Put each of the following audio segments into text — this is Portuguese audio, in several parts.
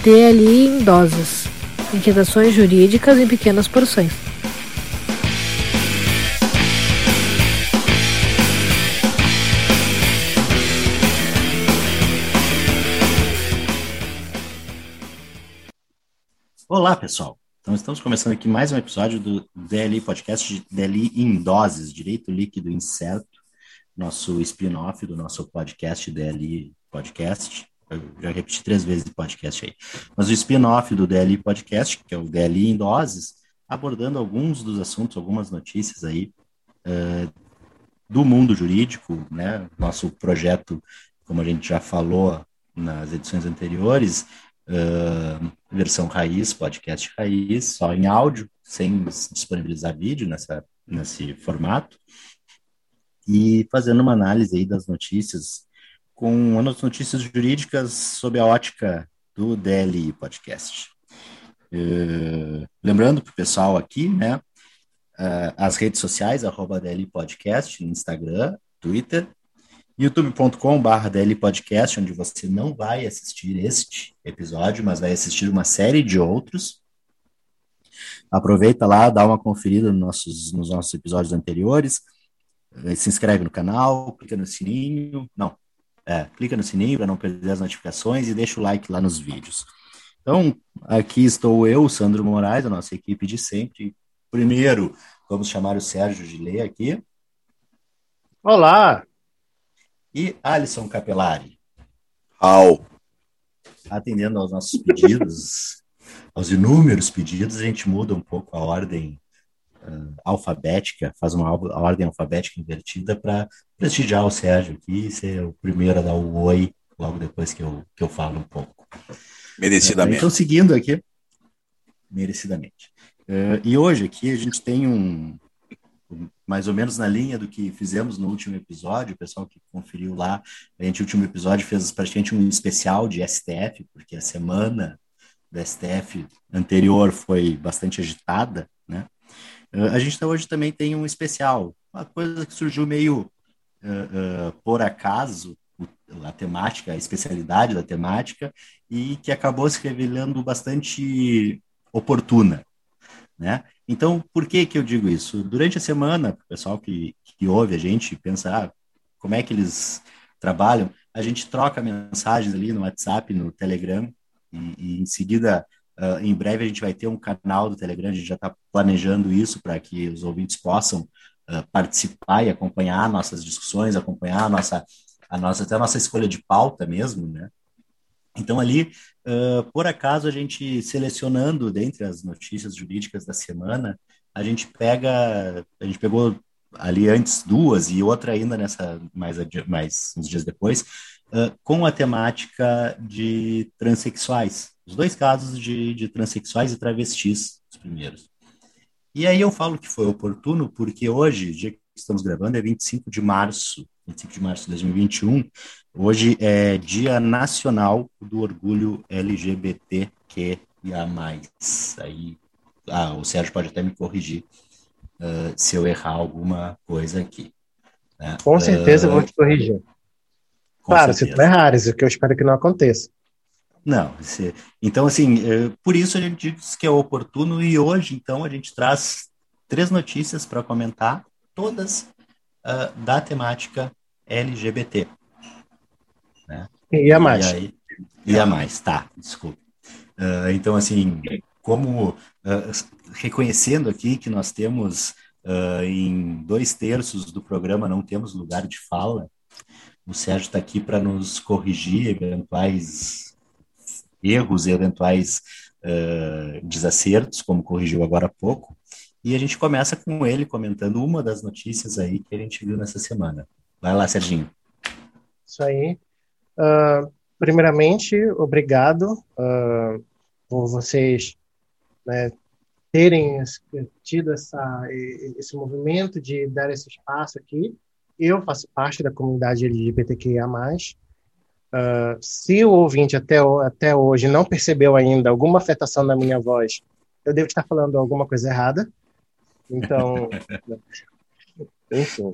DLI em doses, inquietações jurídicas em pequenas porções. Olá, pessoal. Então, estamos começando aqui mais um episódio do DLI Podcast, de DLI em Doses, Direito Líquido Incerto, nosso spin-off do nosso podcast DLI Podcast. Eu já repeti 3 vezes o podcast aí. Mas o spin-off do DLI Podcast, que é o DLI em Doses, abordando alguns dos assuntos, algumas notícias aí do mundo jurídico, né? Nosso projeto, como a gente já falou nas edições anteriores, versão raiz, podcast raiz, só em áudio, sem disponibilizar vídeo nesse formato, e fazendo uma análise aí das notícias, com as notícias jurídicas sob a ótica do DLI Podcast. Lembrando para o pessoal aqui, né, as redes sociais, @DLI Podcast, no Instagram, Twitter, youtube.com/DLI Podcast, onde você não vai assistir este episódio, mas vai assistir uma série de outros. Aproveita lá, dá uma conferida nos nossos episódios anteriores, se inscreve no canal, clica no sininho, clica no sininho para não perder as notificações e deixa o like lá nos vídeos. Então, aqui estou eu, Sandro Moraes, a nossa equipe de sempre. Primeiro, vamos chamar o Sérgio Gillet aqui. Olá! E Alisson Capelari. Atendendo aos nossos pedidos, aos inúmeros pedidos, a gente muda um pouco a ordem alfabética, faz uma ordem alfabética invertida para prestigiar o Sérgio aqui e ser o primeiro a dar o oi logo depois que eu falo um pouco. Merecidamente. Então, seguindo aqui, merecidamente. E hoje aqui a gente tem mais ou menos na linha do que fizemos no último episódio, o pessoal que conferiu lá, a gente no último episódio fez praticamente um especial de STF, porque a semana da STF anterior foi bastante agitada, né? A gente hoje também tem um especial, uma coisa que surgiu meio por acaso, a temática, a especialidade da temática, e que acabou se revelando bastante oportuna, né? Então, por que eu digo isso? Durante a semana, o pessoal que ouve a gente pensa, como é que eles trabalham, a gente troca mensagens ali no WhatsApp, no Telegram, e em seguida, em breve a gente vai ter um canal do Telegram, a gente já está planejando isso para que os ouvintes possam participar e acompanhar nossas discussões, acompanhar até a nossa escolha de pauta mesmo, né? Então, ali, por acaso, a gente selecionando dentre as notícias jurídicas da semana, a gente pegou ali antes 2 e outra ainda mais uns dias depois, com a temática de transexuais. Os 2 casos de transexuais e travestis, os primeiros. E aí eu falo que foi oportuno porque hoje, o dia que estamos gravando, é 25 de março de 2021. Hoje é Dia Nacional do Orgulho LGBTQIA+. Aí, o Sérgio pode até me corrigir se eu errar alguma coisa aqui, né? Com certeza eu vou te corrigir. Claro, se tu errares, o que eu espero que não aconteça. Não, então assim, por isso a gente diz que é oportuno, e hoje então a gente traz 3 notícias para comentar, todas da temática LGBT, né? E a mais. E a mais, tá, desculpa. Então assim, como reconhecendo aqui que nós temos em 2/3 do programa não temos lugar de fala, o Sérgio está aqui para nos corrigir eventuais erros e eventuais desacertos, como corrigiu agora há pouco, e a gente começa com ele comentando uma das notícias aí que a gente viu nessa semana. Vai lá, Serginho. Isso aí. Primeiramente, obrigado por vocês, né, terem tido esse movimento de dar esse espaço aqui. Eu faço parte da comunidade LGBTQIA+. Se o ouvinte até hoje não percebeu ainda alguma afetação na minha voz, eu devo estar falando alguma coisa errada. Então, enfim.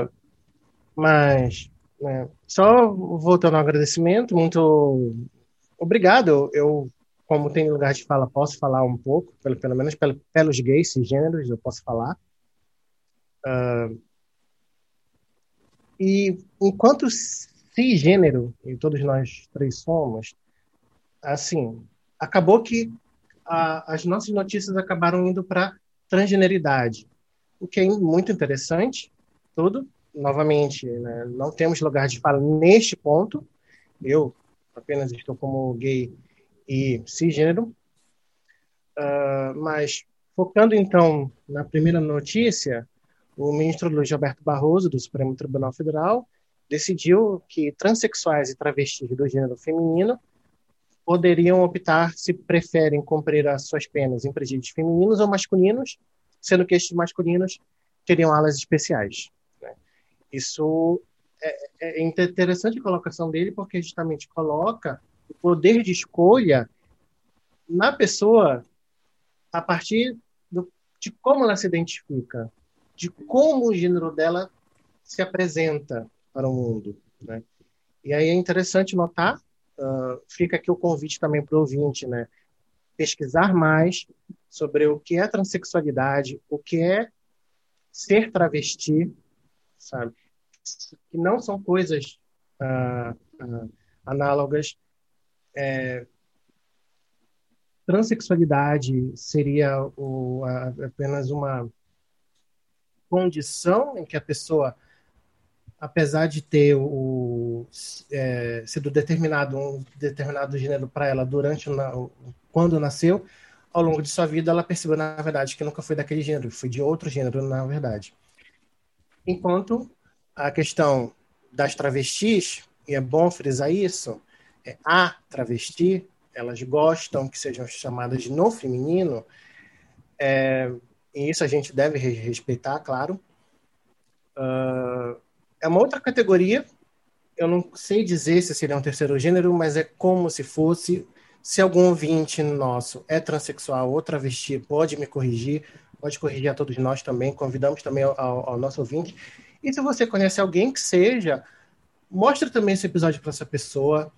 Mas, só voltando ao agradecimento, muito Obrigado. Eu, como tenho lugar de fala, posso falar um pouco, pelo menos pelos gays cisgêneros, eu posso falar. E enquanto cisgênero, e todos nós três somos, assim, acabou que as nossas notícias acabaram indo para transgeneridade, o que é muito interessante, tudo. Novamente, né, não temos lugar de fala neste ponto. Eu apenas estou como gay e cisgênero, mas focando então na primeira notícia, o ministro Luiz Roberto Barroso, do Supremo Tribunal Federal, decidiu que transexuais e travestis do gênero feminino poderiam optar se preferem cumprir as suas penas em presídios femininos ou masculinos, sendo que estes masculinos teriam alas especiais. Né? Isso é interessante a colocação dele, porque justamente coloca o poder de escolha na pessoa a partir de como ela se identifica, de como o gênero dela se apresenta para o mundo. Né? E aí é interessante notar, fica aqui o convite também para o ouvinte, né? Pesquisar mais sobre o que é transexualidade, o que é ser travesti, sabe? Que não são coisas análogas. Transsexualidade seria apenas uma condição em que a pessoa, apesar de ter sido determinado um determinado gênero para ela quando nasceu, ao longo de sua vida ela percebeu, na verdade, que nunca foi daquele gênero, foi de outro gênero, na verdade. Enquanto a questão das travestis, e é bom frisar isso, a travesti, elas gostam que sejam chamadas de no feminino, e isso a gente deve respeitar, claro. É uma outra categoria, eu não sei dizer se seria um terceiro gênero, mas é como se fosse. Se algum ouvinte nosso é transexual ou travesti, pode me corrigir, pode corrigir a todos nós também, convidamos também ao nosso ouvinte. E se você conhece alguém que seja, mostre também esse episódio para essa pessoa.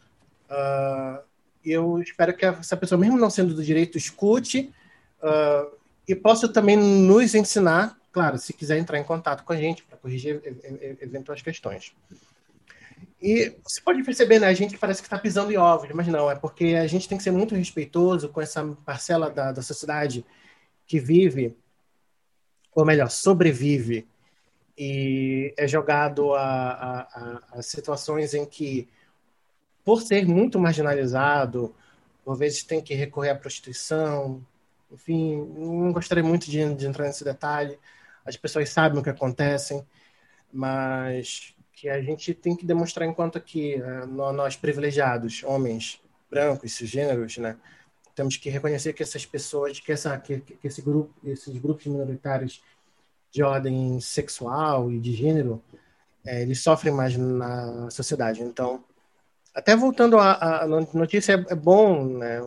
Eu espero que essa pessoa, mesmo não sendo do direito, escute e possa também nos ensinar, claro, se quiser entrar em contato com a gente para corrigir eventuais questões. E você pode perceber, né, a gente parece que está pisando em ovos, mas não, é porque a gente tem que ser muito respeitoso com essa parcela da sociedade que vive, ou melhor, sobrevive, e é jogado a situações em que, por ser muito marginalizado, por vezes tem que recorrer à prostituição, enfim, não gostaria muito de entrar nesse detalhe, as pessoas sabem o que acontece, mas que a gente tem que demonstrar enquanto que nós privilegiados, homens brancos, cisgêneros, né, temos que reconhecer que essas pessoas, que esses grupos minoritários de ordem sexual e de gênero, eles sofrem mais na sociedade. Então, até voltando à notícia, é bom, né,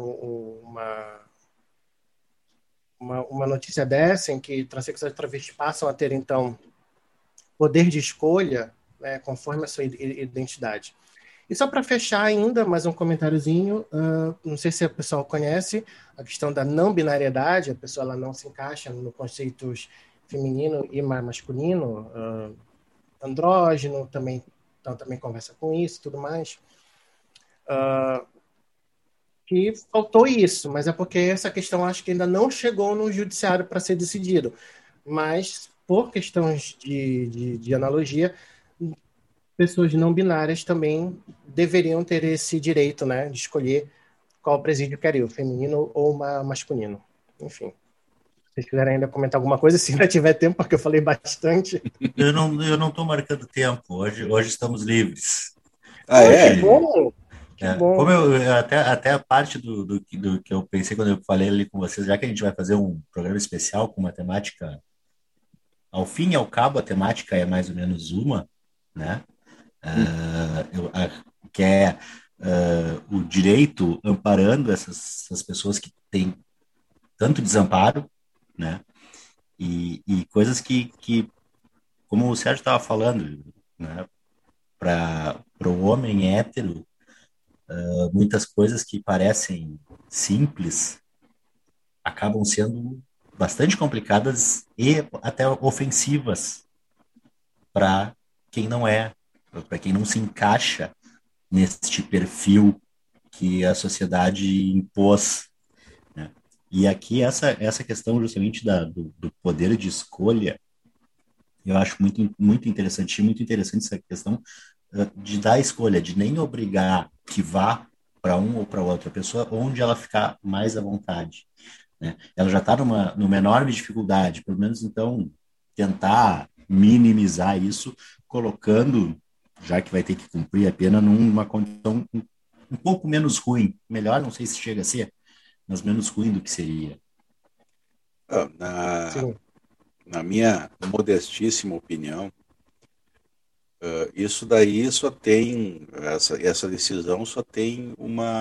uma notícia dessa em que transexuais e travestis passam a ter, então, poder de escolha, né, conforme a sua identidade. E só para fechar ainda, mais um comentáriozinho, não sei se o pessoal conhece a questão da não binariedade, a pessoa ela não se encaixa no conceitos feminino e masculino, andrógeno, então também conversa com isso e tudo mais. Que faltou isso, mas é porque essa questão acho que ainda não chegou no judiciário para ser decidido. Mas, por questões de analogia, pessoas não binárias também deveriam ter esse direito, né, de escolher qual presídio quer o feminino ou masculino. Enfim. Se vocês quiserem ainda comentar alguma coisa, se ainda tiver tempo, porque eu falei bastante. Eu não estou marcando tempo. Hoje estamos livres. Que bom! Que bom. Como até a parte do que eu pensei quando eu falei ali com vocês, já que a gente vai fazer um programa especial com matemática, ao fim e ao cabo a temática é mais ou menos uma, né? Que é o direito amparando essas pessoas que têm tanto desamparo, né? E coisas que, como o Sérgio estava falando, né? Para o homem hétero, muitas coisas que parecem simples acabam sendo bastante complicadas e até ofensivas para quem não é, para quem não se encaixa neste perfil que a sociedade impôs, né? E aqui essa questão justamente do poder de escolha, eu acho muito interessante essa questão de dar escolha, de nem obrigar que vá para um ou para outra pessoa, onde ela ficar mais à vontade, né? Ela já está numa enorme dificuldade, pelo menos então tentar minimizar isso, colocando, já que vai ter que cumprir a pena, numa condição um pouco menos ruim. Melhor, não sei se chega a ser, mas menos ruim do que seria. Na, na minha modestíssima opinião, isso daí só tem, essa decisão só tem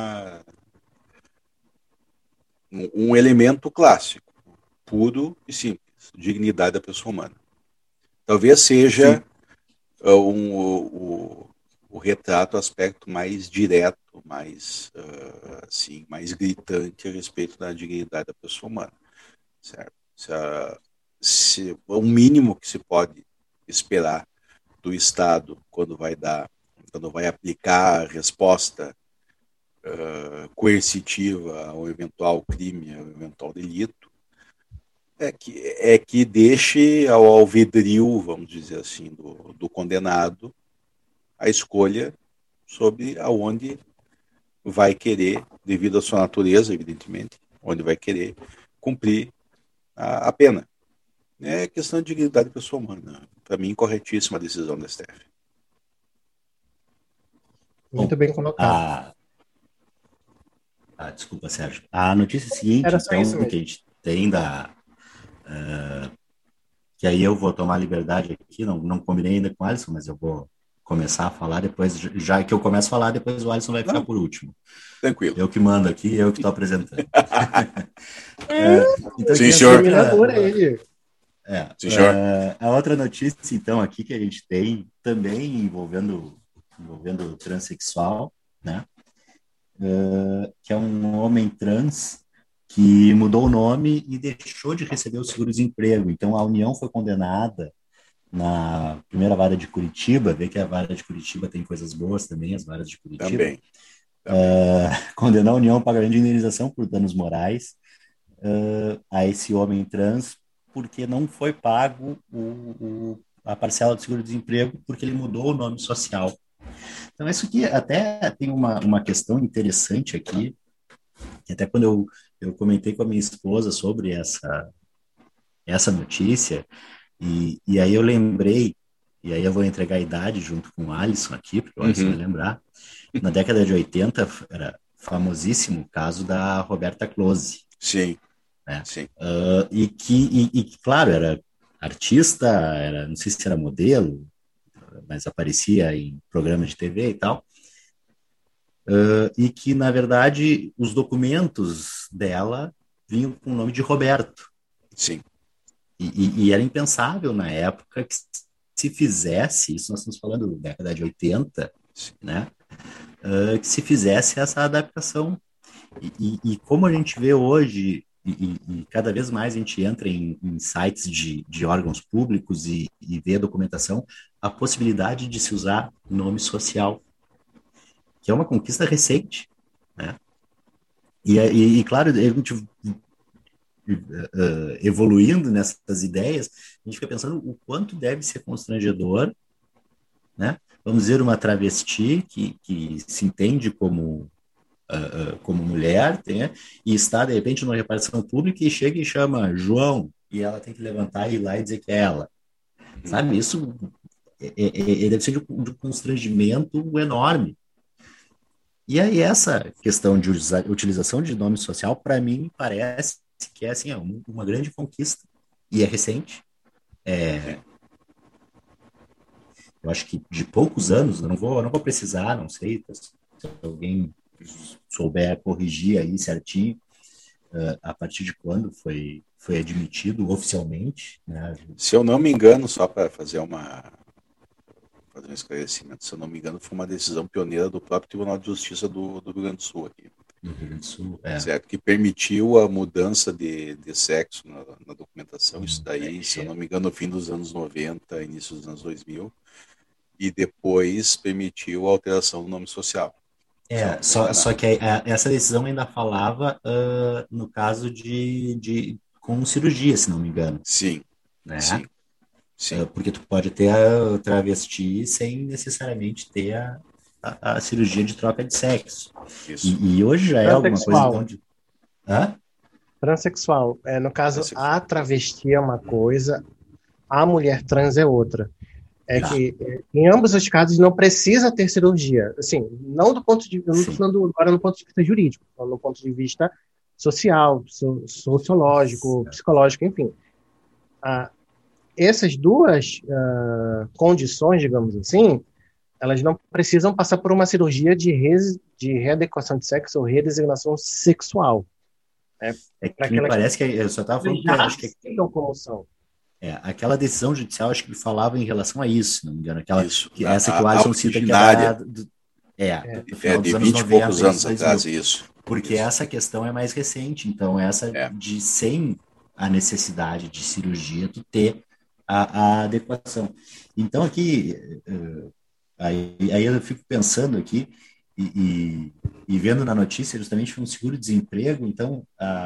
um elemento clássico, puro e simples, dignidade da pessoa humana. Talvez seja o retrato, o aspecto mais direto, mais, assim, mais gritante a respeito da dignidade da pessoa humana, certo? Se o mínimo que se pode esperar do Estado quando vai aplicar a resposta coercitiva ao eventual crime, ao eventual delito, é que deixe ao alvedrio, vamos dizer assim, do condenado a escolha sobre aonde vai querer, devido à sua natureza, evidentemente, onde vai querer cumprir a pena. É questão de dignidade da pessoa humana. Para mim, corretíssima a decisão da STF. Muito bem colocado. Desculpa, Sérgio. A notícia seguinte, Era só isso então, mesmo. que a gente tem que aí eu vou tomar liberdade aqui, não combinei ainda com o Alisson, mas eu vou começar a falar depois, já que eu começo a falar, depois o Alisson vai ficar por último. Tranquilo. Eu que mando aqui, eu que estou apresentando. Então, sim, senhor. Ele. Sim, senhor. A outra notícia, então, aqui que a gente tem, também envolvendo transexual, né? Que é um homem trans que mudou o nome e deixou de receber o seguro-desemprego. Então, a União foi condenada na primeira vara de Curitiba, vê que a vara de Curitiba tem coisas boas também, as varas de Curitiba. Também. Condenar a União ao pagamento de indenização por danos morais a esse homem trans, porque não foi pago a parcela do seguro-desemprego, porque ele mudou o nome social. Então, isso aqui até tem uma questão interessante aqui, que até quando eu comentei com a minha esposa sobre essa notícia, e aí eu lembrei, e aí eu vou entregar a idade junto com o Alisson aqui, porque o Alisson vai lembrar, na década de 80 era famosíssimo o caso da Roberta Close. Sim. Né? Sim. E claro, era artista, não sei se era modelo, mas aparecia em programas de TV e tal, e que, na verdade, os documentos dela vinham com o nome de Roberto. Sim. E era impensável na época que se fizesse, isso nós estamos falando da década de 80, né? Que se fizesse essa adaptação. E como a gente vê hoje, e cada vez mais a gente entra em sites de órgãos públicos e vê a documentação, a possibilidade de se usar nome social, que é uma conquista recente, né? E claro, a gente evoluindo nessas ideias, a gente fica pensando o quanto deve ser constrangedor, né? Vamos dizer, uma travesti que se entende como mulher, né? E está, de repente, numa repartição pública e chega e chama João, e ela tem que levantar e ir lá e dizer que é ela. Sabe? Isso deve ser de um constrangimento enorme. E aí essa questão de utilização de nome social, para mim, parece que é assim, uma grande conquista, e é recente. Eu acho que de poucos anos, eu não vou precisar, não sei se alguém souber corrigir aí certinho, a partir de quando foi admitido oficialmente, né? Se eu não me engano, só para fazer uma fazer um esclarecimento. Se eu não me engano, foi uma decisão pioneira do próprio Tribunal de Justiça do Rio Grande do Sul aqui. No Rio Grande do Sul, Certo, que permitiu a mudança de sexo na documentação, isso daí, se eu não me engano, no fim dos anos 90, início dos anos 2000, e depois permitiu a alteração do nome social. Só que essa decisão ainda falava no caso com cirurgia, se não me engano. Sim, né? sim. Porque tu pode ter a travesti sem necessariamente ter a cirurgia de troca de sexo. Isso. E hoje já é alguma coisa então de... Hã? Transexual. No caso, a travesti é uma coisa, a mulher trans é outra. Que em ambos os casos não precisa ter cirurgia. Assim, não do ponto de vista, eu não estou falando agora no ponto de vista jurídico, estou no ponto de vista social, sociológico, psicológico, enfim. Essas duas condições, digamos assim, elas não precisam passar por uma cirurgia de readequação de sexo ou redesignação sexual. Que me parece que eu só estava falando que acho que como são. Aquela decisão judicial, acho que ele falava em relação a isso, se não me engano. Essa que o a Alisson cita, que é do final dos anos 20 e poucos anos 2000, atrás, isso. Porque essa questão é mais recente, então essa de sem a necessidade de cirurgia, tu ter a adequação. Então aqui, aí eu fico pensando aqui, e vendo na notícia, justamente foi um seguro-desemprego, então,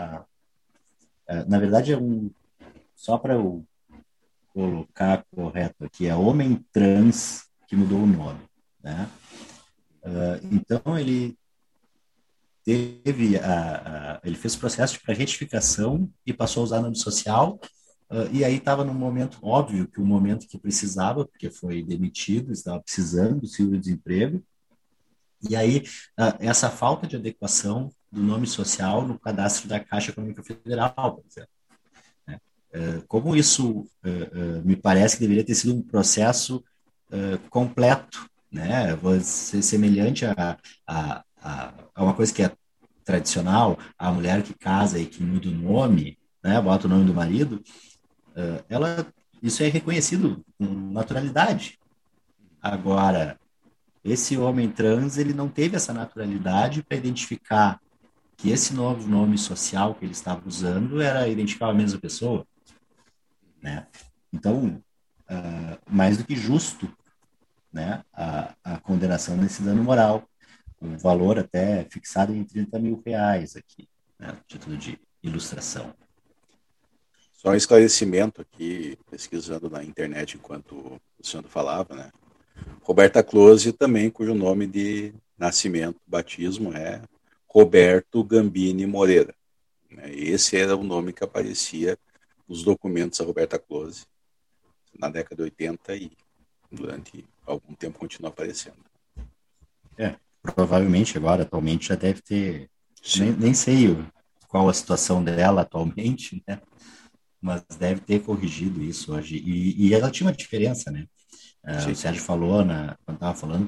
na verdade, só para eu colocar correto aqui, é homem trans que mudou o nome, né? Então ele teve ele fez o processo para retificação e passou a usar nome social, e aí estava num momento óbvio, que o momento que precisava, porque foi demitido, estava precisando do seguro-desemprego, e aí essa falta de adequação do nome social no cadastro da Caixa Econômica Federal, por exemplo. Como isso me parece que deveria ter sido um processo completo, né? Ser semelhante a uma coisa que é tradicional, a mulher que casa e que muda o nome, né? Bota o nome do marido, isso é reconhecido com naturalidade. Agora, esse homem trans, ele não teve essa naturalidade para identificar que esse novo nome social que ele estava usando era identificar a mesma pessoa. Né? Então, mais do que justo, né, a condenação desse dano moral, um valor até fixado em R$30 mil aqui, né, título de ilustração. Só um esclarecimento aqui, pesquisando na internet enquanto o senhor falava, né? Roberta Close também, cujo nome de nascimento, batismo é Roberto Gambini Moreira. Esse era o nome que aparecia nos documentos da Roberta Close na década de 80 e durante algum tempo continua aparecendo. Provavelmente agora, atualmente, já deve ter, nem sei qual a situação dela atualmente, né? Mas deve ter corrigido isso hoje. E ela tinha uma diferença, né? O Sérgio falou, quando estava falando,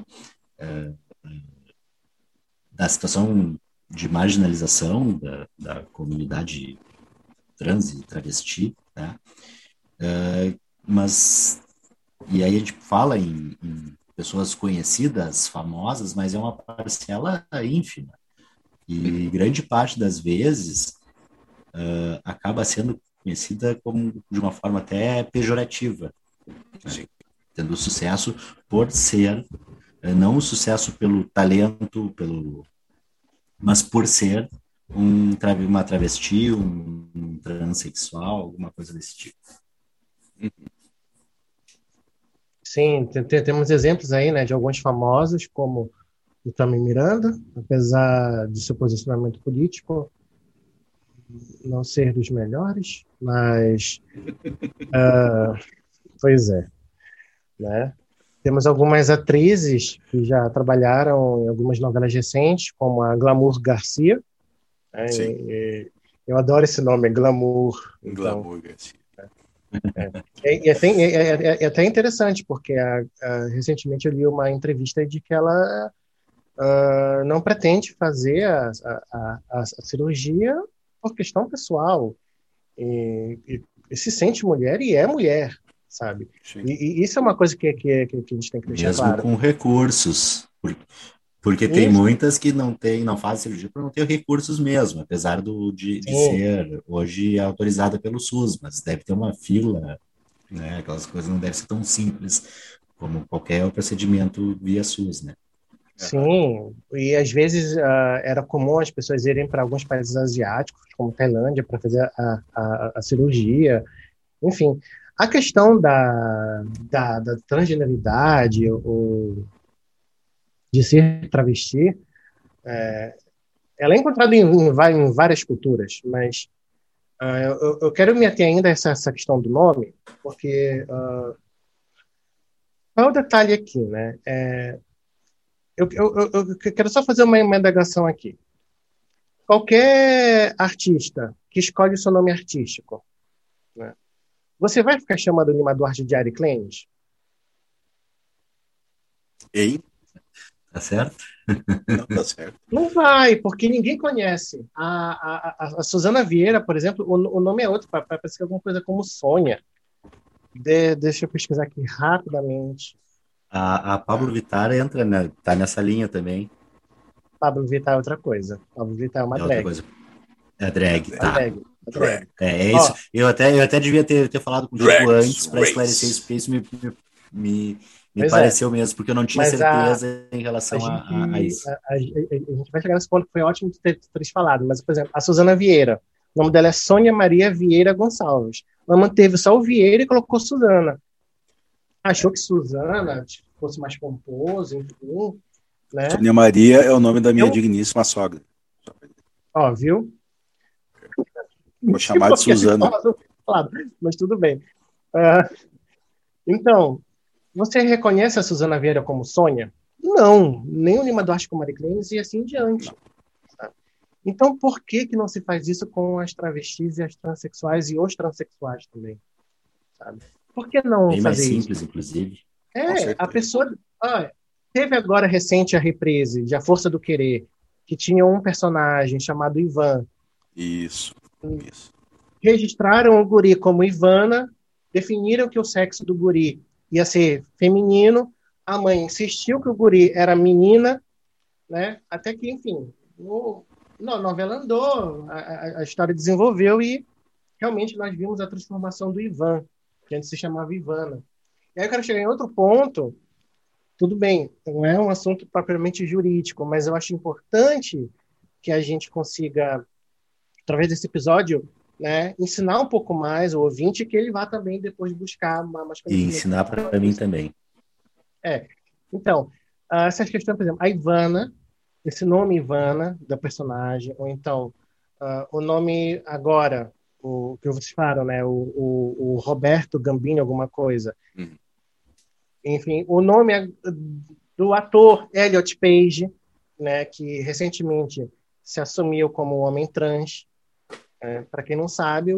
da situação de marginalização da comunidade trans e travesti, né? E aí a gente fala em pessoas conhecidas, famosas, mas é uma parcela ínfima. E grande parte das vezes acaba sendo conhecida de uma forma até pejorativa, né? Tendo sucesso por ser, não o sucesso pelo talento, mas por ser uma travesti, um transexual, alguma coisa desse tipo. Sim, temos exemplos aí, né, de alguns famosos, como o Tami Miranda, apesar de seu posicionamento político não ser dos melhores, mas pois é, né? Temos algumas atrizes que já trabalharam em algumas novelas recentes, como a Glamour Garcia. Eu adoro esse nome, Glamour. Glamour Garcia. É até interessante, porque recentemente eu li uma entrevista de que ela não pretende fazer a cirurgia por questão pessoal. E se sente mulher e é mulher. sabe? Sim. E isso é uma coisa que a gente tem que deixar Mesmo claro. com recursos, porque tem Isso, muitas que não fazem cirurgia por não ter recursos mesmo, apesar de sim. ser hoje autorizada pelo SUS, mas deve ter uma fila, né? Aquelas coisas não devem ser tão simples como qualquer procedimento via SUS, né? Aham. Sim, e às vezes era comum as pessoas irem para alguns países asiáticos, como Tailândia, para fazer a cirurgia. Enfim, a questão da transgeneridade ou de ser travesti, ela é encontrada em várias culturas, mas eu quero me ater ainda a essa questão do nome, porque qual é o detalhe aqui, né? Eu quero só fazer uma indagação aqui. Qualquer artista que escolhe o seu nome artístico, né? Você vai ficar chamando Lima Duarte de Ari Clemes? Ei, Tá certo? não tá certo. Não vai, porque ninguém conhece. A Suzana Vieira, por exemplo, o nome é outro, parece alguma coisa como Sônia. Deixa eu pesquisar aqui rapidamente. A Pablo Ah, Vittar tá nessa linha também. Pablo Vittar é outra coisa. Pablo Vittar é uma É outra drag. coisa. É drag, Uma tá. drag. Uma drag, drag. É isso. Ó, Eu até devia ter falado contigo drag's antes para esclarecer isso, race. porque isso me, me pois é. pareceu mesmo, porque eu não tinha Mas certeza em a relação a gente, isso. a gente vai chegar nesse ponto que foi ótimo de ter falado. Mas, por exemplo, a Suzana Vieira. O nome dela é Sônia Maria Vieira Gonçalves. Ela manteve só o Vieira e colocou Suzana. Achou que Suzana fosse mais pomposo, enfim, né? Sônia Maria é o nome da minha Eu, digníssima sogra. ó, viu? Vou chamar de Porque essa Suzana. informação foi falada, mas tudo bem. Ah, então, você reconhece a Suzana Vieira como Sônia? Não, nem o Lima Duarte como Mariclines e assim em diante. Não. Tá? Então, por que não se faz isso com as travestis e as transexuais e os transexuais também? Sabe? Por que não Bem mais fazer isso? simples, inclusive. Com A certeza. pessoa. Teve agora recente a reprise de A Força do Querer, que tinha um personagem chamado Ivan. Isso. Isso. Registraram o guri como Ivana, definiram que o sexo do guri ia ser feminino, a mãe insistiu que o guri era menina, né? Até que, enfim, a novela andou, a história desenvolveu e realmente nós vimos a transformação do Ivan, que antes se chamava Ivana. E aí eu quero chegar em outro ponto. Tudo bem, não é um assunto propriamente jurídico, mas eu acho importante que a gente consiga, através desse episódio, né, ensinar um pouco mais o ouvinte que ele vá também depois buscar mais E conhecimento ensinar sobre para mim isso. também. Então, essas questões, por exemplo, a Ivana, esse nome Ivana da personagem, ou então o nome agora, o que vocês falaram, né, o Roberto Gambini, alguma coisa. Uhum. Enfim, o nome do ator Elliot Page, né, que recentemente se assumiu como homem trans. Para quem não sabe,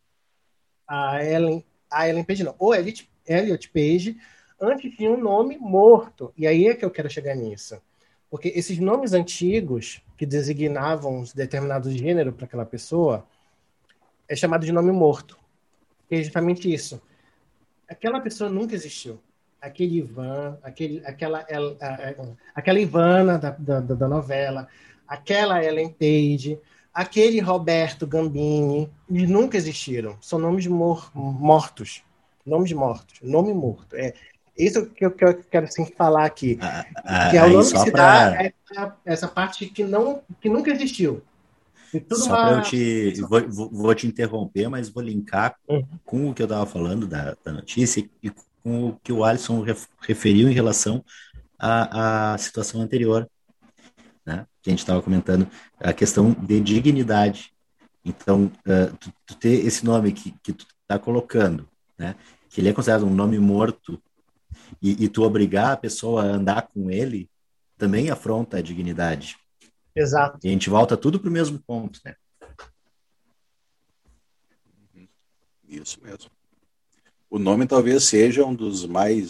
a Ellen Page não, o Elliot Page antes tinha um nome morto. E aí é que eu quero chegar nisso. Porque esses nomes antigos que designavam um determinado gênero para aquela pessoa é chamado de nome morto. Que é justamente isso. Aquela pessoa nunca existiu. Aquele Ivan, aquela Ivana da novela, aquela Ellen Page, aquele Roberto Gambini, eles nunca existiram. São nomes mortos. Nomes mortos. Nome morto. É isso que eu quero assim, falar aqui. Que é o Aí nome que só se dá para a essa parte que nunca existiu. E tudo só para eu uma. te vou te interromper, mas vou linkar com o que eu estava falando da notícia e com o que o Alisson referiu em relação à situação anterior, né? Que a gente estava comentando, a questão de dignidade. Então, tu ter esse nome que tu está colocando, né? Que ele é considerado um nome morto e tu obrigar a pessoa a andar com ele também afronta a dignidade. Exato. E a gente volta tudo para o mesmo ponto, né? Isso mesmo. O nome talvez seja um dos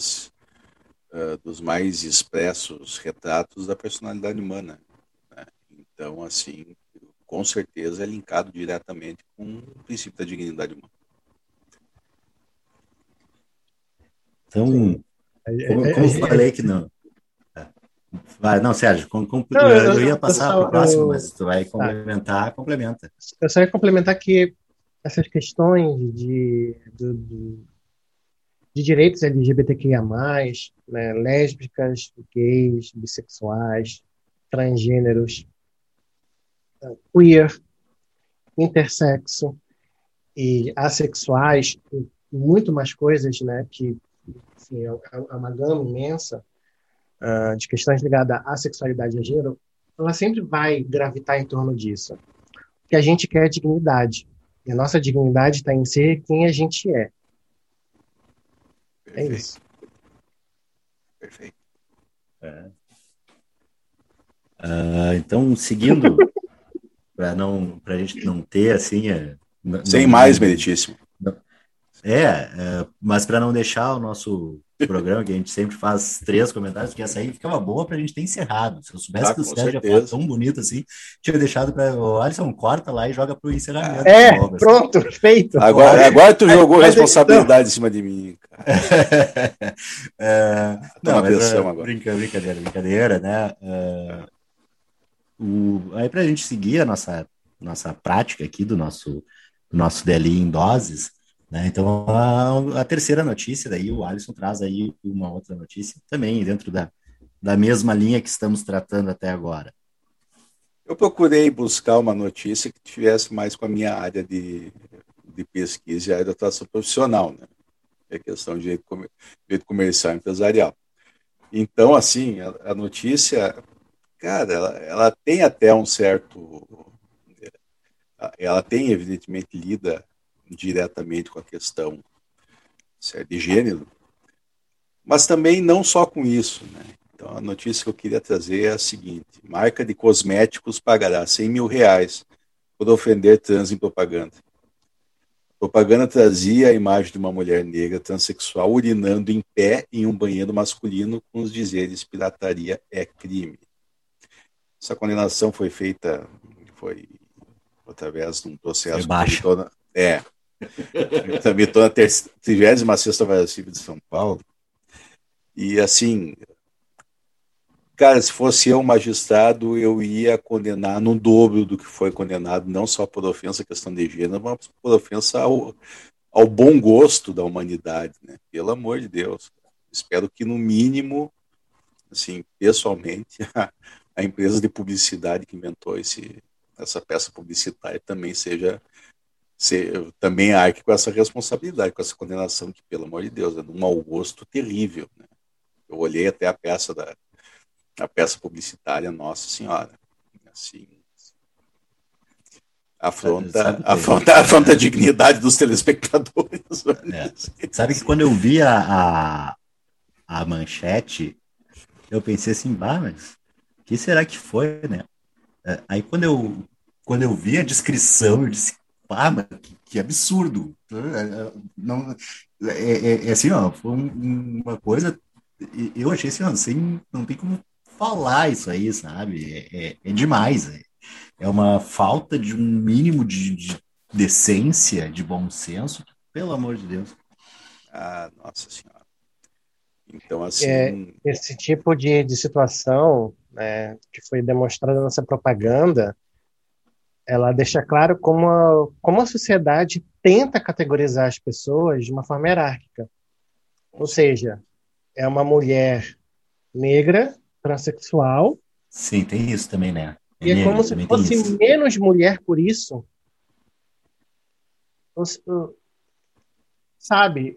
mais expressos retratos da personalidade humana, né? Então, assim, com certeza é linkado diretamente com o princípio da dignidade humana. Então, como eu falei que não. Vai, não, Sérgio, Não, eu ia passar para o próximo, mas tu vai tá. complementar, complementa. Eu só ia complementar que essas questões de direitos LGBTQIA+, né, lésbicas, gays, bissexuais, transgêneros, queer, intersexo e assexuais, e muito mais coisas, né, que enfim, é uma gama imensa de questões ligadas à sexualidade e a gênero, ela sempre vai gravitar em torno disso. O que a gente quer é dignidade. E a nossa dignidade está em ser quem a gente é. Perfeito. É isso. Perfeito. Então, seguindo, para a gente não ter assim. Sem mais, meritíssimo. Mas para não deixar o nosso programa, que a gente sempre faz 3 comentários, porque essa aí ficava boa para a gente ter encerrado. Se eu soubesse que o Sérgio ia falar tão bonito assim, tinha deixado para o Alisson, corta lá e joga para o encerramento. Novo, pronto, assim. Feito. Agora tu jogou responsabilidade em cima de mim, cara. Não, mas brincadeira, né? Aí para a gente seguir a nossa prática aqui do nosso DLI em doses, né? Então, a terceira notícia, daí o Alisson traz aí uma outra notícia também dentro da mesma linha que estamos tratando até agora. Eu procurei buscar uma notícia que tivesse mais com a minha área de pesquisa e área de atuação profissional, né? É questão de direito comercial e empresarial. Então, assim, a notícia, cara, ela tem até um certo... Ela tem, evidentemente, lida diretamente com a questão de gênero, mas também não só com isso, né? Então, a notícia que eu queria trazer é a seguinte: marca de cosméticos pagará R$100 mil por ofender trans em propaganda. A propaganda trazia a imagem de uma mulher negra transexual urinando em pé em um banheiro masculino com os dizeres: pirataria é crime. Essa condenação foi feita, foi através de um processo tramitou na 36ª Vara Civil de São Paulo. E assim, cara, se fosse eu magistrado, eu ia condenar no dobro do que foi condenado, não só por ofensa à questão de gênero, mas por ofensa ao bom gosto da humanidade, né? Pelo amor de Deus. Espero que, no mínimo, assim, pessoalmente, a empresa de publicidade que inventou essa peça publicitária também também arque com essa responsabilidade, com essa condenação que, pelo amor de Deus, é de um mau gosto terrível, né? Eu olhei até a peça publicitária, Nossa Senhora, assim, afronta a dignidade dos telespectadores. Sabe que quando eu vi a manchete, eu pensei assim, mas o que será que foi, né? Aí quando eu vi a descrição, eu disse, mas que absurdo. Não, assim, ó, foi uma coisa, eu achei assim, não tem como falar isso aí, sabe? É demais. É uma falta de um mínimo de decência, de bom senso, pelo amor de Deus. Nossa Senhora. Então, assim... esse tipo de situação, né, que foi demonstrada nessa propaganda, ela deixa claro como a sociedade tenta categorizar as pessoas de uma forma hierárquica. Ou seja, é uma mulher negra, transexual. Sim, tem isso também, né? E é como se fosse menos mulher por isso. Sabe,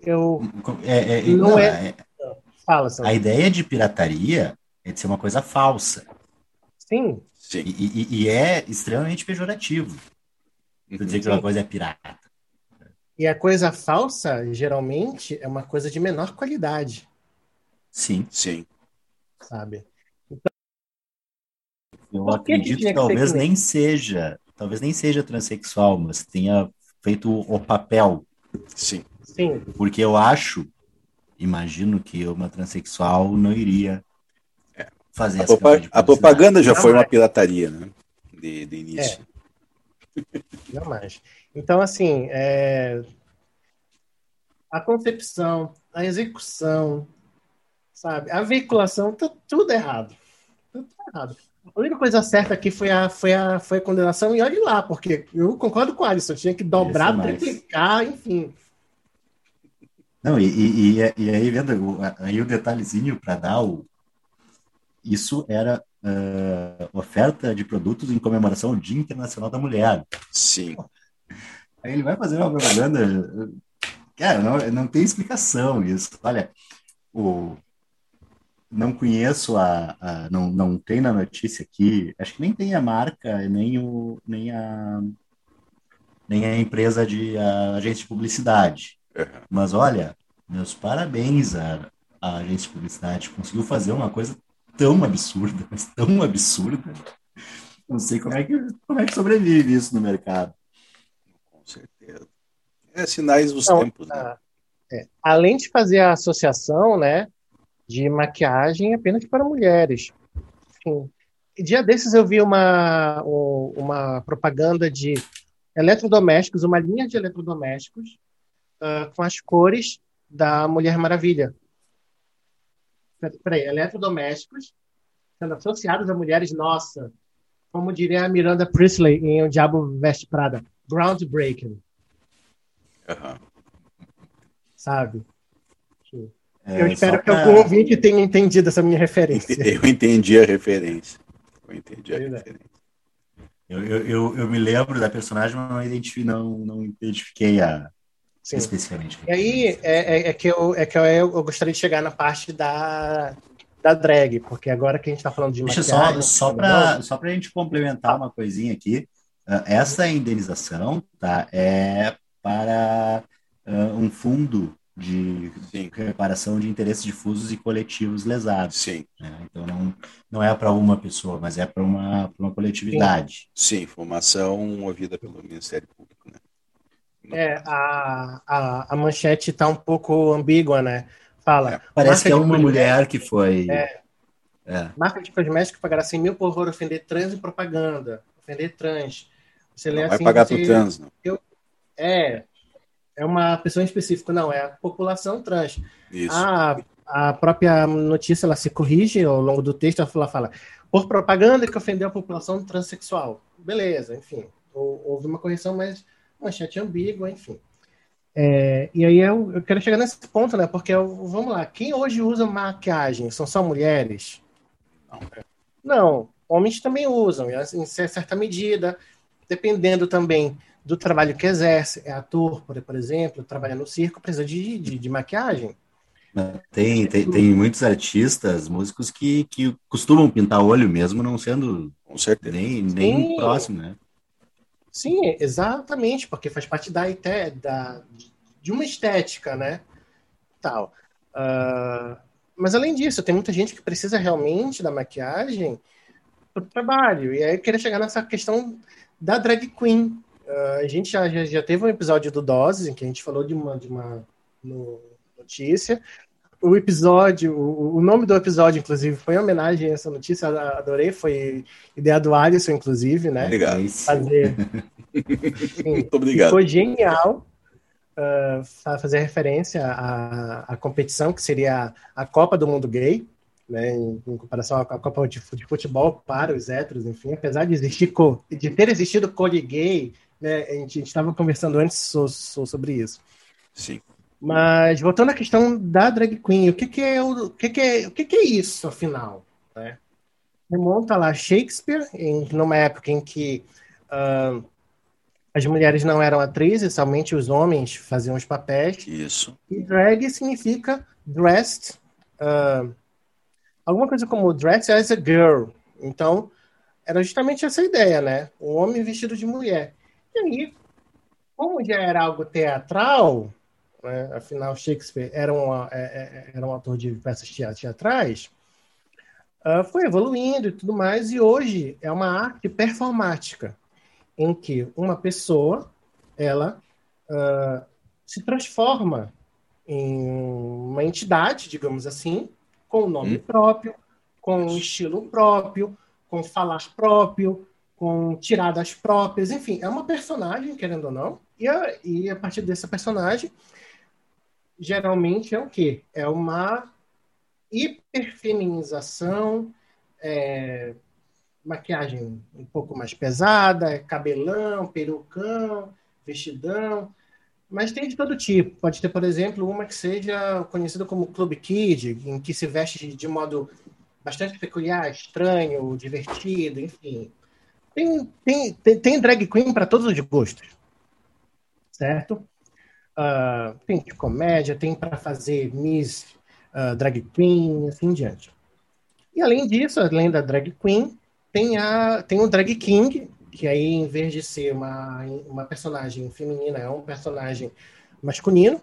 Fala, Sandro. A ideia de pirataria é de ser uma coisa falsa. Sim. E é extremamente pejorativo dizer que uma coisa é pirata. E a coisa falsa, geralmente, é uma coisa de menor qualidade. Sim. Sabe? Então, eu acredito que talvez nem seja transexual, mas tenha feito o papel. Sim. Porque eu imagino que uma transexual não iria fazer essa campanha de publicidade. A propaganda já foi uma pirataria, né? De início. Não mais. Então, assim, a concepção, a execução, sabe? A veiculação, tudo errado. Tudo errado. A única coisa certa aqui foi a condenação, e olhe lá, porque eu concordo com o Alisson, tinha que dobrar, triplicar, enfim. Não, e aí, vendo aí o detalhezinho para dar isso era oferta de produtos em comemoração ao Dia Internacional da Mulher. Sim. Aí ele vai fazer uma propaganda. Cara, não tem explicação isso. Olha, não conheço não tem na notícia aqui, acho que nem tem a marca, nem a empresa de agência de publicidade. Mas olha, meus parabéns à agência de publicidade, conseguiu fazer uma coisa tão absurda, mas tão absurda. Não sei como é que sobrevive isso no mercado. Com certeza. Sinais dos tempos, né? Além de fazer a associação, né, de maquiagem apenas para mulheres. Enfim, dia desses eu vi uma propaganda de eletrodomésticos, uma linha de eletrodomésticos com as cores da Mulher Maravilha. Peraí, eletrodomésticos sendo associados a mulheres, nossa, como diria a Miranda Priestley em O Diabo Veste Prada, groundbreaking. Sabe? Eu espero que algum ouvinte tenha entendido essa minha referência. Eu entendi a referência. Eu me lembro da personagem, mas não identifiquei especificamente. E aí eu gostaria de chegar na parte da drag, porque agora que a gente está falando de maquiagem... Deixa só para a gente complementar uma coisinha aqui. Essa indenização, tá, é para um fundo de reparação de interesses difusos e coletivos lesados. Sim. Então, não é para uma pessoa, mas é para uma coletividade. Sim, formação movida pelo Ministério Público, né? A manchete está um pouco ambígua, né? Fala. Parece que é uma mulher que foi... Marca de cosméticos pagará 100 mil por ofender trans em propaganda. Ofender trans. Você não lê vai assim, pagar para o trans, não. É uma pessoa em específico, não, é a população trans. Isso. A própria notícia ela se corrige ao longo do texto, ela fala por propaganda que ofendeu a população transexual. Beleza, enfim. Houve uma correção, mas manchete ambígua, enfim. E aí eu quero chegar nesse ponto, né? Porque, vamos lá, quem hoje usa maquiagem? São só mulheres? Não, homens também usam, em certa medida, dependendo também do trabalho que exerce. Ator, por exemplo, trabalha no circo, precisa de maquiagem. Tem muitos artistas, músicos que costumam pintar olho mesmo, não sendo nem próximo, né? Sim, exatamente, porque faz parte de uma estética, né? Tal. Mas além disso, tem muita gente que precisa realmente da maquiagem para o trabalho. E aí eu queria chegar nessa questão da drag queen. A gente já teve um episódio do Doses, em que a gente falou de uma notícia. O nome do episódio, inclusive, foi em homenagem a essa notícia, adorei, foi ideia do Alisson, inclusive, né? Obrigado. Muito obrigado. Foi genial fazer referência à competição, que seria a Copa do Mundo Gay, né, em comparação à Copa de futebol para os héteros, enfim, apesar de ter existido cole gay, né, a gente estava conversando antes sobre isso. Sim. Mas voltando à questão da drag queen, o que é isso, afinal? Né? Remonta lá a Shakespeare, numa época em que as mulheres não eram atrizes, somente os homens faziam os papéis. Isso. E drag significa dressed, alguma coisa como dressed as a girl. Então, era justamente essa ideia, né? Um homem vestido de mulher. E aí, como já era algo teatral, né? Afinal, Shakespeare era um autor de peças teatrais, foi evoluindo e tudo mais, e hoje é uma arte performática, em que uma pessoa, ela se transforma em uma entidade, digamos assim, com um nome próprio, com um estilo próprio, com falar próprio, com tiradas próprias, enfim, é uma personagem, querendo ou não, e a partir dessa personagem, geralmente é o quê? É uma hiperfeminização, maquiagem um pouco mais pesada, cabelão, perucão, vestidão, mas tem de todo tipo. Pode ter, por exemplo, uma que seja conhecida como Club Kid, em que se veste de modo bastante peculiar, estranho, divertido, enfim. Tem drag queen para todos os gostos, certo? Tem de comédia, tem para fazer Miss Drag Queen, assim em diante. E além disso, além da drag queen, tem o drag king, que aí, em vez de ser uma personagem feminina, é um personagem masculino.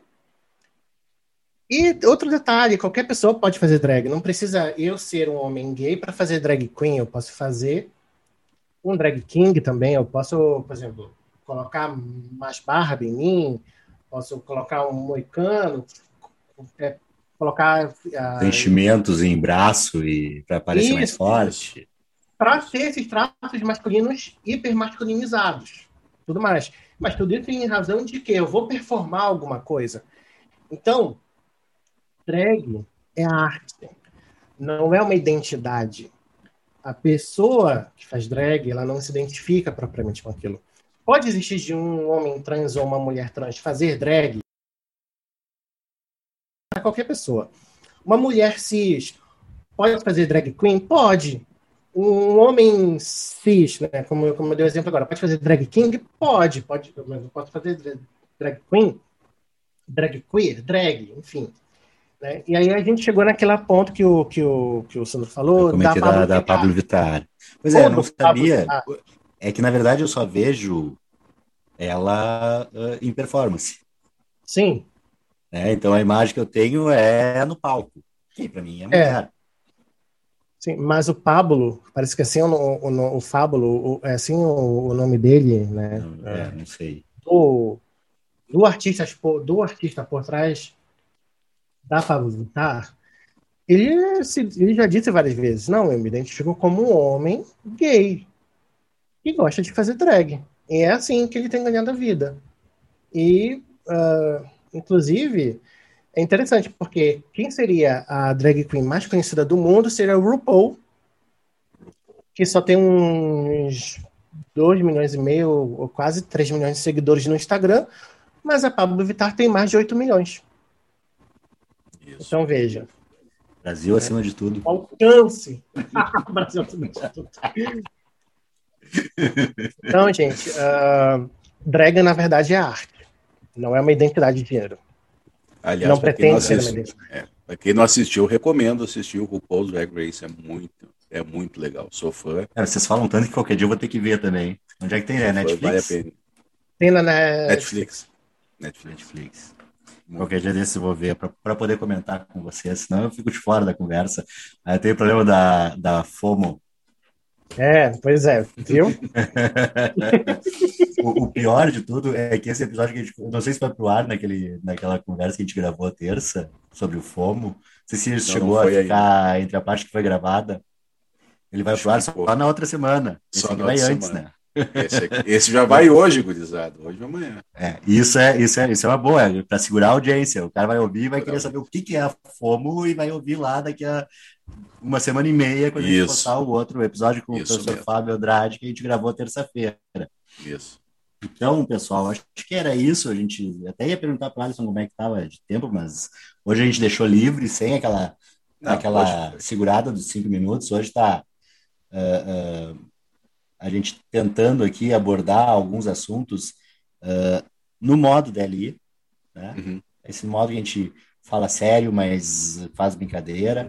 E outro detalhe, qualquer pessoa pode fazer drag. Não precisa eu ser um homem gay para fazer drag queen. Eu posso fazer um drag king também. Eu posso, por exemplo, colocar mais barba em mim. Posso colocar um moicano. Colocar... Enchimentos em braço e para parecer mais Isso. forte. Para ter esses traços masculinos hipermasculinizados. Tudo mais. Mas tudo isso em razão de que eu vou performar alguma coisa. Então, drag é arte. Não é uma identidade. A pessoa que faz drag, ela não se identifica propriamente com aquilo. Pode existir de um homem trans ou uma mulher trans fazer drag para qualquer pessoa. Uma mulher cis pode fazer drag queen? Pode. Um homem cis, né, como eu dei o exemplo agora, pode fazer drag king? Pode. Mas eu posso fazer drag queen? Drag queer? Drag, enfim. Né? E aí a gente chegou naquele ponto que o Sandro falou, Eu comentei da Pablo Vittar. Pois é, eu não sabia. É que, na verdade, eu só vejo ela em performance. Sim. Então, a imagem que eu tenho é no palco, que para mim é mulher. Sim, mas o Pablo, parece que assim o Fábulo, é assim o nome dele, né? Não sei. Do artista por trás da Pablo Vittar, ele já disse várias vezes, não, eu me identifico como um homem gay que gosta de fazer drag. E é assim que ele tem ganhado a vida. E, inclusive, é interessante, porque quem seria a drag queen mais conhecida do mundo seria o RuPaul, que só tem uns 2,5 milhões ou quase 3 milhões de seguidores no Instagram, mas a Pablo Vittar tem mais de 8 milhões. Isso. Então, veja. Brasil acima de tudo. Alcance! Brasil acima de tudo. Então, gente, drag, na verdade, é arte. Não é uma identidade de gênero. Aliás, não pretende ser uma identidade. Para quem não assistiu, eu recomendo assistir o RuPaul's Drag Race. É muito legal. Sou fã. Vocês falam tanto que qualquer dia eu vou ter que ver também. Onde é que tem, né? Netflix? Vale a pena. Tem na Netflix. Qualquer dia desse eu vou ver para poder comentar com vocês, senão eu fico de fora da conversa. Aí tem o problema da FOMO. Pois é, viu? O pior de tudo é que esse episódio que a gente, não sei se vai pro ar naquela conversa que a gente gravou a terça sobre o FOMO. Não sei se isso chegou a ficar entre a parte que foi gravada. Ele vai pro ar só na outra semana. Esse aqui vai antes, né? Esse já vai hoje, gurizado. Hoje ou amanhã. Isso é uma boa, para segurar a audiência. O cara vai ouvir e vai querer saber o que é a FOMO e vai ouvir lá daqui a uma semana e meia, quando a gente postar o outro episódio com o professor Fábio Andrade, que a gente gravou terça-feira. Isso. Então, pessoal, acho que era isso. A gente até ia perguntar para o Alisson como é que estava de tempo, mas hoje a gente deixou livre, sem aquela segurada dos 5 minutos. Hoje está a gente tentando aqui abordar alguns assuntos no modo DLI, né? Uhum. Esse modo que a gente fala sério, mas faz brincadeira,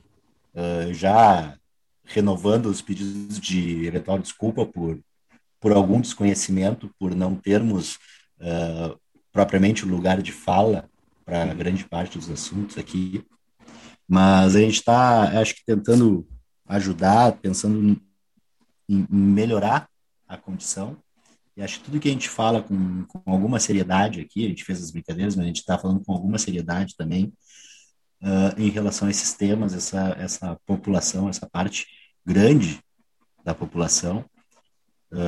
já renovando os pedidos de eventual desculpa por algum desconhecimento, por não termos propriamente o lugar de fala para grande parte dos assuntos aqui, mas a gente está, acho que, tentando ajudar, pensando em melhorar a condição, e acho que tudo que a gente fala com alguma seriedade aqui, a gente fez as brincadeiras, mas a gente está falando com alguma seriedade também em relação a esses temas, essa população, essa parte grande da população,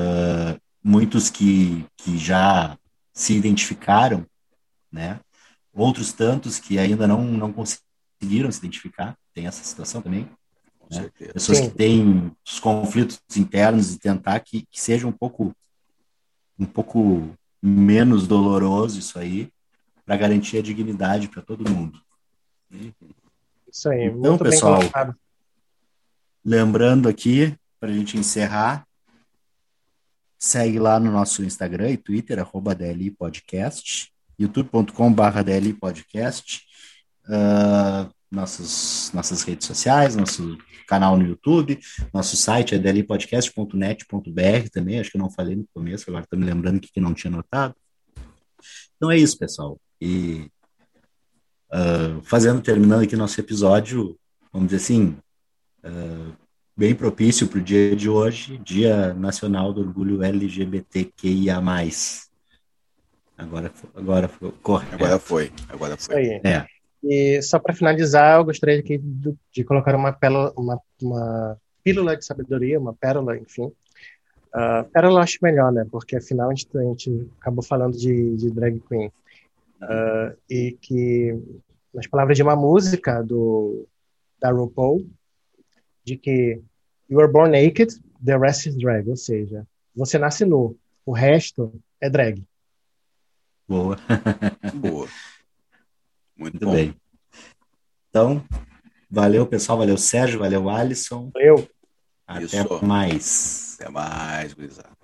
muitos que já se identificaram, né, outros tantos que ainda não conseguiram se identificar, tem essa situação também, Com né? certeza. Pessoas Sim. que têm os conflitos internos e tentar que seja um pouco menos doloroso isso aí, para garantir a dignidade para todo mundo. Uhum. Isso aí, Então, muito bem pessoal, colocado. lembrando aqui, para a gente encerrar, segue lá no nosso Instagram e Twitter, @DLI Podcast, youtube.com/DLI Podcast, nossas redes sociais, nosso canal no YouTube, nosso site é dlipodcast.net.br também, acho que eu não falei no começo, agora estou me lembrando que não tinha notado. Então é isso, pessoal. E terminando aqui nosso episódio, vamos dizer assim, bem propício para o dia de hoje, Dia Nacional do Orgulho LGBTQIA+. Agora foi Agora correto. foi. Agora Isso foi. aí. É, E só para finalizar, eu gostaria aqui de colocar uma pílula de sabedoria, uma pérola, enfim. Pérola eu acho melhor, né? Porque afinal a gente acabou falando de drag queen. E que, nas palavras de uma música da RuPaul, de que you were born naked, the rest is drag. Ou seja, você nasce nu, o resto é drag. boa. Boa. Muito Muito bom. bem. Então, valeu, pessoal. Valeu, Sérgio. Valeu, Alisson. Eu Até Isso. mais. Até mais, gurizada.